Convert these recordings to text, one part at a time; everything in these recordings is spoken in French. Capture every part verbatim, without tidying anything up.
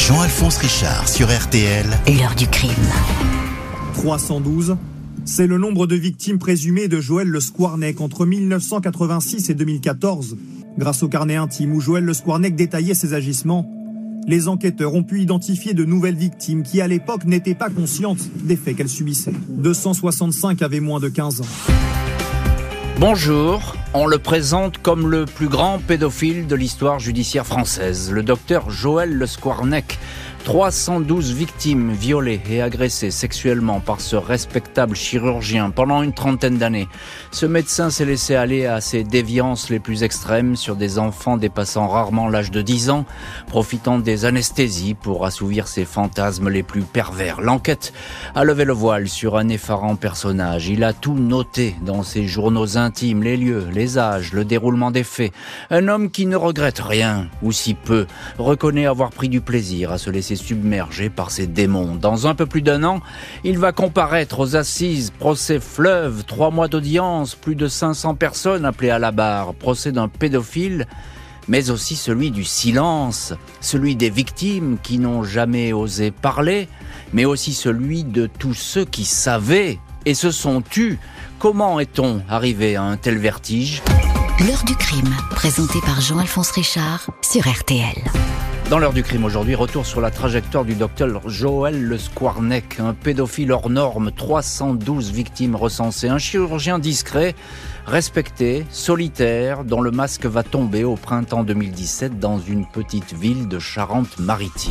Jean-Alphonse Richard sur R T L. L'heure du crime. trois cent douze, c'est le nombre de victimes présumées de Joël Le Squarnec entre mille neuf cent quatre-vingt-six et deux mille quatorze. Grâce au carnet intime où Joël Le Squarnec détaillait ses agissements, les enquêteurs ont pu identifier de nouvelles victimes qui, à l'époque, n'étaient pas conscientes des faits qu'elles subissaient. deux cent soixante-cinq avaient moins de quinze ans. Bonjour, on le présente comme le plus grand pédophile de l'histoire judiciaire française, le docteur Joël Le Squarnec. trois cent douze victimes violées et agressées sexuellement par ce respectable chirurgien pendant une trentaine d'années. Ce médecin s'est laissé aller à ses déviances les plus extrêmes sur des enfants dépassant rarement l'âge de dix ans, profitant des anesthésies pour assouvir ses fantasmes les plus pervers. L'enquête a levé le voile sur un effarant personnage. Il a tout noté dans ses journaux intimes, les lieux, les âges, le déroulement des faits. Un homme qui ne regrette rien, ou si peu, reconnaît avoir pris du plaisir à se laisser submergé par ses démons. Dans un peu plus d'un an, il va comparaître aux assises, procès fleuve, trois mois d'audience, plus de cinq cents personnes appelées à la barre, procès d'un pédophile, mais aussi celui du silence, celui des victimes qui n'ont jamais osé parler, mais aussi celui de tous ceux qui savaient et se sont tus. Comment est-on arrivé à un tel vertige ? L'heure du crime, présentée par Jean-Alphonse Richard sur R T L. Dans l'heure du crime aujourd'hui, retour sur la trajectoire du docteur Joël Le Squarnec, un pédophile hors norme, trois cent douze victimes recensées, un chirurgien discret, respecté, solitaire, dont le masque va tomber au printemps deux mille dix-sept dans une petite ville de Charente-Maritime.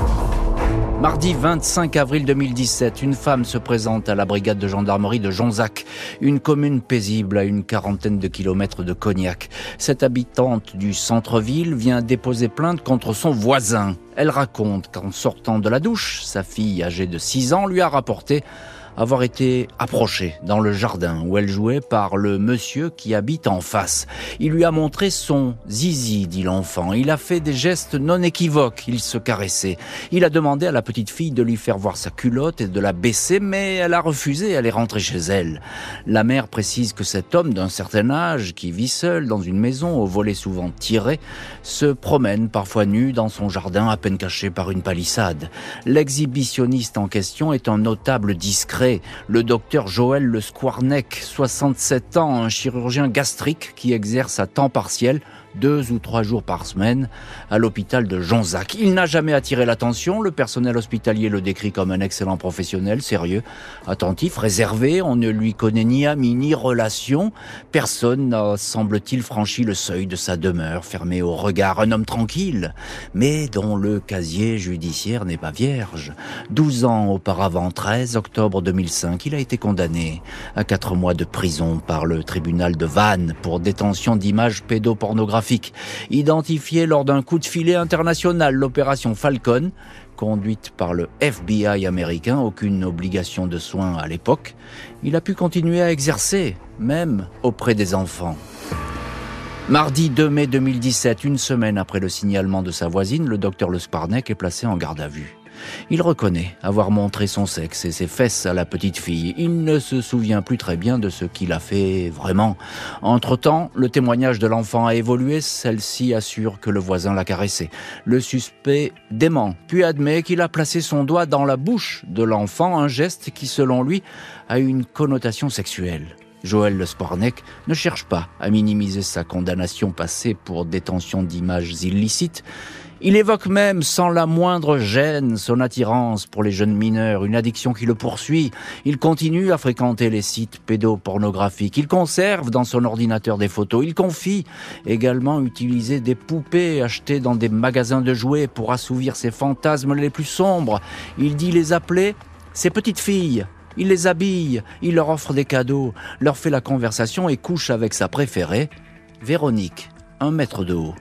Mardi vingt-cinq avril deux mille dix-sept, une femme se présente à la brigade de gendarmerie de Jonzac, une commune paisible à une quarantaine de kilomètres de Cognac. Cette habitante du centre-ville vient déposer plainte contre son voisin. Elle raconte qu'en sortant de la douche, sa fille âgée de six ans lui a rapporté avoir été approchée dans le jardin où elle jouait par le monsieur qui habite en face. Il lui a montré son zizi, dit l'enfant. Il a fait des gestes non équivoques, il se caressait. Il a demandé à la petite fille de lui faire voir sa culotte et de la baisser, mais elle a refusé, elle est rentrée chez elle. La mère précise que cet homme d'un certain âge, qui vit seul dans une maison aux volets souvent tirés, se promène parfois nu dans son jardin à peine caché par une palissade. L'exhibitionniste en question est un notable discret, le docteur Joël Le Squarnec, soixante-sept ans, un chirurgien gastrique qui exerce à temps partiel, deux ou trois jours par semaine, à l'hôpital de Jonzac. Il n'a jamais attiré l'attention, le personnel hospitalier le décrit comme un excellent professionnel, sérieux, attentif, réservé, on ne lui connaît ni amis ni relations. Personne n'a, semble-t-il, franchi le seuil de sa demeure, fermé au regard, un homme tranquille, mais dont le casier judiciaire n'est pas vierge. douze ans auparavant, treize octobre deux mille cinq, il a été condamné à quatre mois de prison par le tribunal de Vannes pour détention d'images pédopornographiques. Identifié lors d'un coup de filet international, l'opération Falcon, conduite par le F B I américain, aucune obligation de soins à l'époque, il a pu continuer à exercer, même auprès des enfants. Mardi deux mai deux mille dix-sept, une semaine après le signalement de sa voisine, le docteur Le Squarnec est placé en garde à vue. Il reconnaît avoir montré son sexe et ses fesses à la petite fille. Il ne se souvient plus très bien de ce qu'il a fait vraiment. Entre-temps, le témoignage de l'enfant a évolué. Celle-ci assure que le voisin l'a caressé. Le suspect dément, puis admet qu'il a placé son doigt dans la bouche de l'enfant, un geste qui, selon lui, a une connotation sexuelle. Joël Le Squarnec ne cherche pas à minimiser sa condamnation passée pour détention d'images illicites. Il évoque même sans la moindre gêne son attirance pour les jeunes mineurs, une addiction qui le poursuit. Il continue à fréquenter les sites pédopornographiques. Il conserve dans son ordinateur des photos. Il confie également utiliser des poupées achetées dans des magasins de jouets pour assouvir ses fantasmes les plus sombres. Il dit les appeler ses petites filles. Il les habille, il leur offre des cadeaux, leur fait la conversation et couche avec sa préférée, Véronique, un mètre de haut.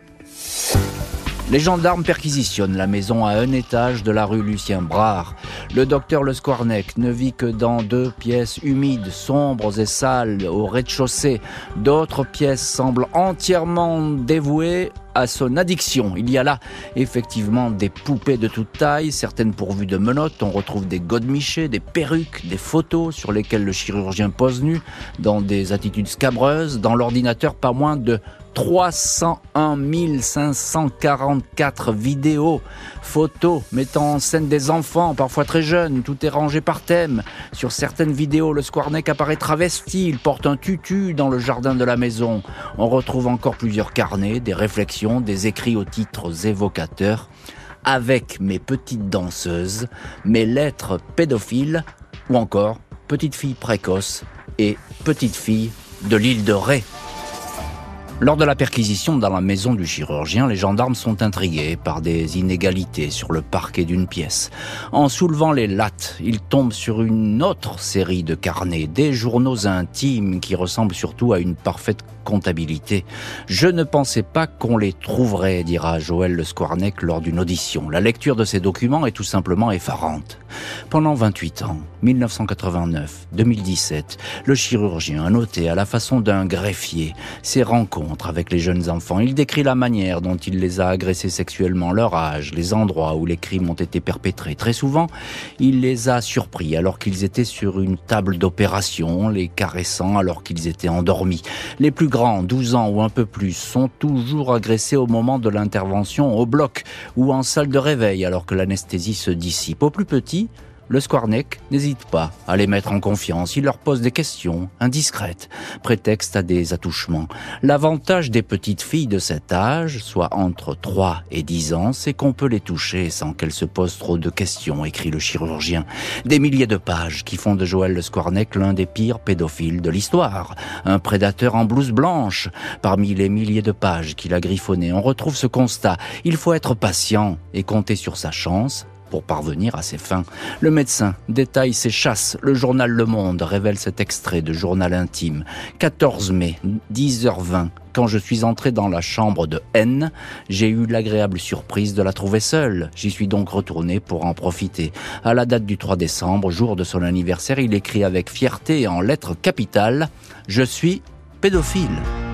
Les gendarmes perquisitionnent la maison à un étage de la rue Lucien Brard. Le docteur Le Squarnec ne vit que dans deux pièces humides, sombres et sales au rez-de-chaussée. D'autres pièces semblent entièrement dévouées à son addiction. Il y a là effectivement des poupées de toute taille, certaines pourvues de menottes. On retrouve des godemichés, des perruques, des photos sur lesquelles le chirurgien pose nu, dans des attitudes scabreuses. Dans l'ordinateur, pas moins de trois cent un mille cinq cent quarante-quatre vidéos, photos mettant en scène des enfants, parfois très jeunes. Tout est rangé par thème. Sur certaines vidéos, le Skwarnek apparaît travesti. Il porte un tutu dans le jardin de la maison. On retrouve encore plusieurs carnets, des réflexions, des écrits aux titres évocateurs. Avec mes petites danseuses, mes lettres pédophiles, ou encore petite fille précoce et petite fille de l'île de Ré. Lors de la perquisition dans la maison du chirurgien, les gendarmes sont intrigués par des inégalités sur le parquet d'une pièce. En soulevant les lattes, ils tombent sur une autre série de carnets, des journaux intimes qui ressemblent surtout à une parfaite comptabilité. Je ne pensais pas qu'on les trouverait, dira Joël Le Skwarnek lors d'une audition. La lecture de ces documents est tout simplement effarante. Pendant vingt-huit ans, mille neuf cent quatre-vingt-neuf à deux mille dix-sept, le chirurgien a noté à la façon d'un greffier ses rencontres avec les jeunes enfants. Il décrit la manière dont il les a agressés sexuellement, leur âge, les endroits où les crimes ont été perpétrés. Très souvent, il les a surpris alors qu'ils étaient sur une table d'opération, les caressant alors qu'ils étaient endormis. Les plus grands, douze ans ou un peu plus, sont toujours agressés au moment de l'intervention au bloc ou en salle de réveil alors que l'anesthésie se dissipe. Aux plus petits, le Skwarnek n'hésite pas à les mettre en confiance. Il leur pose des questions indiscrètes, prétexte à des attouchements. L'avantage des petites filles de cet âge, soit entre trois et dix ans, c'est qu'on peut les toucher sans qu'elles se posent trop de questions, écrit le chirurgien. Des milliers de pages qui font de Joël Le Skwarnek l'un des pires pédophiles de l'histoire. Un prédateur en blouse blanche. Parmi les milliers de pages qu'il a griffonnées, on retrouve ce constat. Il faut être patient et compter sur sa chance pour parvenir à ses fins. Le médecin détaille ses chasses. Le journal Le Monde révèle cet extrait de journal intime. quatorze mai, dix heures vingt. Quand je suis entré dans la chambre de N, j'ai eu l'agréable surprise de la trouver seule. J'y suis donc retourné pour en profiter. À la date du trois décembre, jour de son anniversaire, il écrit avec fierté et en lettres capitales « Je suis pédophile ».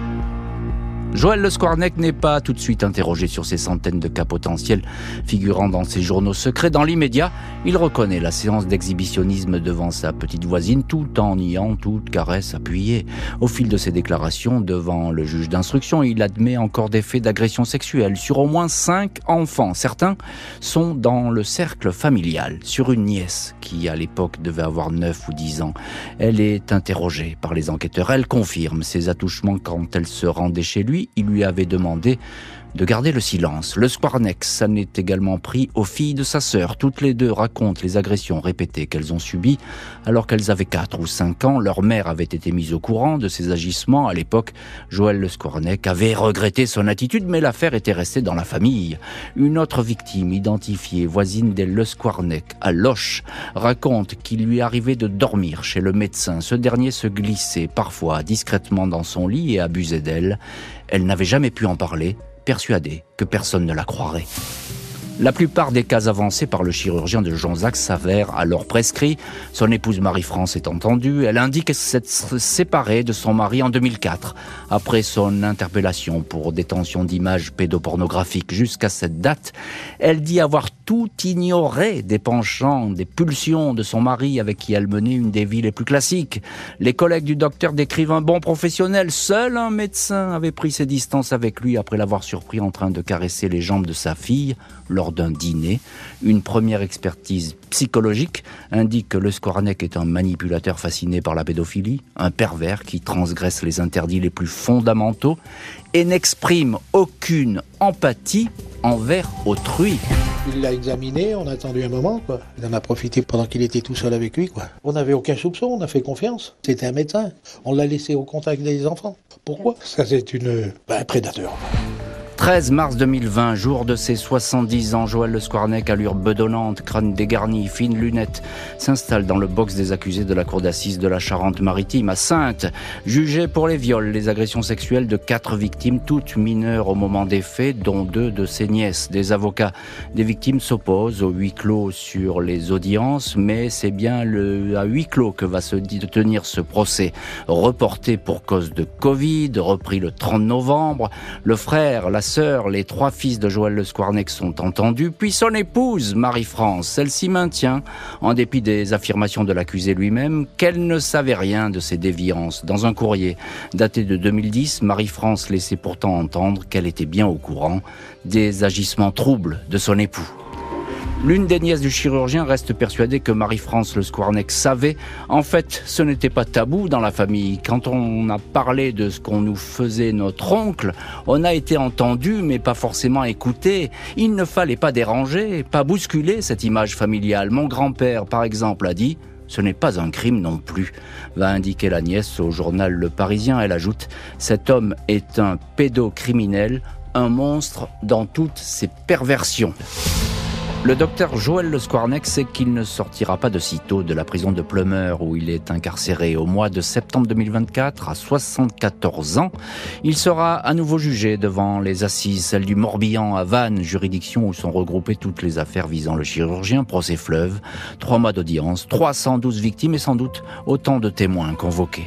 Joël Le Skwarnek n'est pas tout de suite interrogé sur ces centaines de cas potentiels figurant dans ses journaux secrets. Dans l'immédiat, il reconnaît la séance d'exhibitionnisme devant sa petite voisine tout en niant toute caresse appuyée. Au fil de ses déclarations devant le juge d'instruction, il admet encore des faits d'agression sexuelle sur au moins cinq enfants. Certains sont dans le cercle familial. Sur une nièce qui, à l'époque, devait avoir neuf ou dix ans, elle est interrogée par les enquêteurs. Elle confirme ses attouchements quand elle se rendait chez lui. Il lui avait demandé de garder le silence. Le Skwarnek s'en est également pris aux filles de sa sœur. Toutes les deux racontent les agressions répétées qu'elles ont subies alors qu'elles avaient quatre ou cinq ans. Leur mère avait été mise au courant de ces agissements. À l'époque, Joël Le Skwarnek avait regretté son attitude, mais l'affaire était restée dans la famille. Une autre victime, identifiée, voisine des Le Skwarnek, à Loches, raconte qu'il lui arrivait de dormir chez le médecin. Ce dernier se glissait parfois discrètement dans son lit et abusait d'elle. Elle n'avait jamais pu en parler, persuadée que personne ne la croirait. La plupart des cas avancés par le chirurgien de Jonzac s'avèrent alors prescrits. Son épouse Marie-France est entendue. Elle indique s'être séparée de son mari en deux mille quatre, après son interpellation pour détention d'images pédopornographiques. Jusqu'à cette date, elle dit avoir tout ignoré des penchants, des pulsions de son mari avec qui elle menait une des vies les plus classiques. Les collègues du docteur décrivent un bon professionnel. Seul un médecin avait pris ses distances avec lui après l'avoir surpris en train de caresser les jambes de sa fille lors d'un dîner. Une première expertise psychologique indique que le Skwarnek est un manipulateur fasciné par la pédophilie, un pervers qui transgresse les interdits les plus fondamentaux et n'exprime aucune empathie envers autrui. Il l'a examiné, on a attendu un moment, quoi. Il en a profité pendant qu'il était tout seul avec lui, quoi. On n'avait aucun soupçon, on a fait confiance. C'était un médecin. On l'a laissé au contact des enfants. Pourquoi ? Ça, c'est une... Ben, un prédateur. treize mars deux mille vingt, jour de ses soixante-dix ans, Joël Le Skwarnek, allure bedonnante, crâne dégarni, fines lunettes, s'installe dans le box des accusés de la cour d'assises de la Charente-Maritime à Saintes, jugé pour les viols, les agressions sexuelles de quatre victimes, toutes mineures au moment des faits, dont deux de ses nièces. Des avocats des victimes s'opposent au huis clos sur les audiences, mais c'est bien le, à huis clos que va se tenir ce procès, reporté pour cause de Covid, repris le trente novembre. Le frère, la sœurs, les trois fils de Joël Le Squarnec sont entendus, puis son épouse, Marie-France. Celle-ci maintient, en dépit des affirmations de l'accusé lui-même, qu'elle ne savait rien de ces déviances. Dans un courrier daté de deux mille dix, Marie-France laissait pourtant entendre qu'elle était bien au courant des agissements troubles de son époux. L'une des nièces du chirurgien reste persuadée que Marie-France Le Squarnec savait. En fait, ce n'était pas tabou dans la famille. Quand on a parlé de ce qu'on nous faisait notre oncle, on a été entendu, mais pas forcément écouté. Il ne fallait pas déranger, pas bousculer cette image familiale. Mon grand-père, par exemple, a dit « Ce n'est pas un crime non plus », va indiquer la nièce au journal Le Parisien. Elle ajoute « Cet homme est un pédocriminel, un monstre dans toutes ses perversions ». Le docteur Joël Le Squarnec sait qu'il ne sortira pas de sitôt de la prison de Pleumeur où il est incarcéré. Au mois de septembre deux mille vingt-quatre, à soixante-quatorze ans, il sera à nouveau jugé devant les assises, celles du Morbihan à Vannes, juridiction où sont regroupées toutes les affaires visant le chirurgien, procès fleuve, trois mois d'audience, trois cent douze victimes et sans doute autant de témoins convoqués.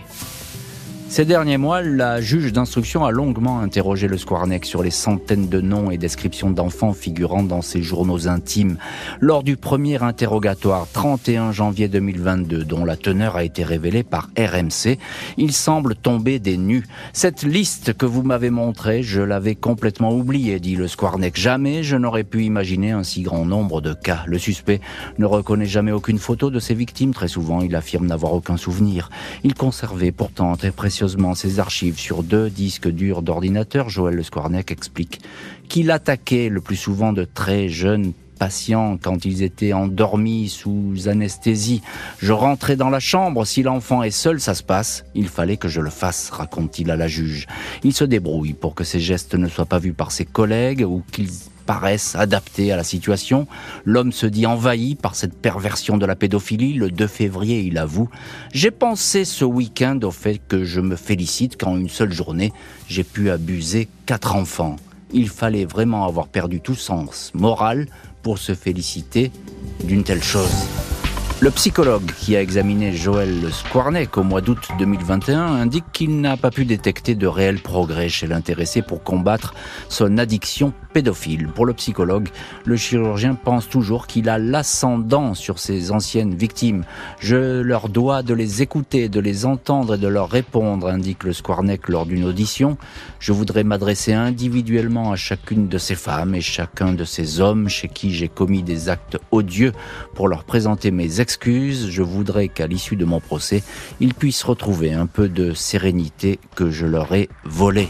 Ces derniers mois, la juge d'instruction a longuement interrogé Le Squarnec sur les centaines de noms et descriptions d'enfants figurant dans ses journaux intimes. Lors du premier interrogatoire, trente et un janvier deux mille vingt-deux, dont la teneur a été révélée par R M C, il semble tomber des nues. Cette liste que vous m'avez montrée, je l'avais complètement oubliée, dit Le Squarnec. Jamais je n'aurais pu imaginer un si grand nombre de cas. Le suspect ne reconnaît jamais aucune photo de ses victimes. Très souvent, il affirme n'avoir aucun souvenir. Il conservait pourtant très précieusement ses archives sur deux disques durs d'ordinateur. Joël Le Squarnec explique qu'il attaquait le plus souvent de très jeunes patients quand ils étaient endormis sous anesthésie. Je rentrais dans la chambre, si l'enfant est seul, ça se passe. Il fallait que je le fasse, raconte-t-il à la juge. Il se débrouille pour que ses gestes ne soient pas vus par ses collègues ou qu'ils paraissent adaptés à la situation. L'homme se dit envahi par cette perversion de la pédophilie. Le deux février, il avoue « J'ai pensé ce week-end au fait que je me félicite qu'en une seule journée, j'ai pu abuser quatre enfants. Il fallait vraiment avoir perdu tout sens moral pour se féliciter d'une telle chose. » Le psychologue qui a examiné Joël Le Squarnec au mois d'août deux mille vingt et un indique qu'il n'a pas pu détecter de réels progrès chez l'intéressé pour combattre son addiction pédophile. Pour le psychologue, le chirurgien pense toujours qu'il a l'ascendant sur ses anciennes victimes. Je leur dois de les écouter, de les entendre et de leur répondre, indique Le Squarnec lors d'une audition. Je voudrais m'adresser individuellement à chacune de ces femmes et chacun de ces hommes chez qui j'ai commis des actes odieux pour leur présenter mes excuses. Je voudrais qu'à l'issue de mon procès, ils puissent retrouver un peu de sérénité que je leur ai volée.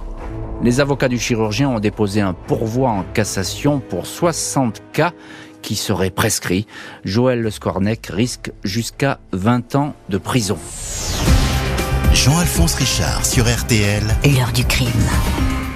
Les avocats du chirurgien ont déposé un pourvoi en cassation pour soixante cas qui seraient prescrits. Joël Le Squarnec risque jusqu'à vingt ans de prison. Jean-Alphonse Richard sur R T L. L'heure du crime.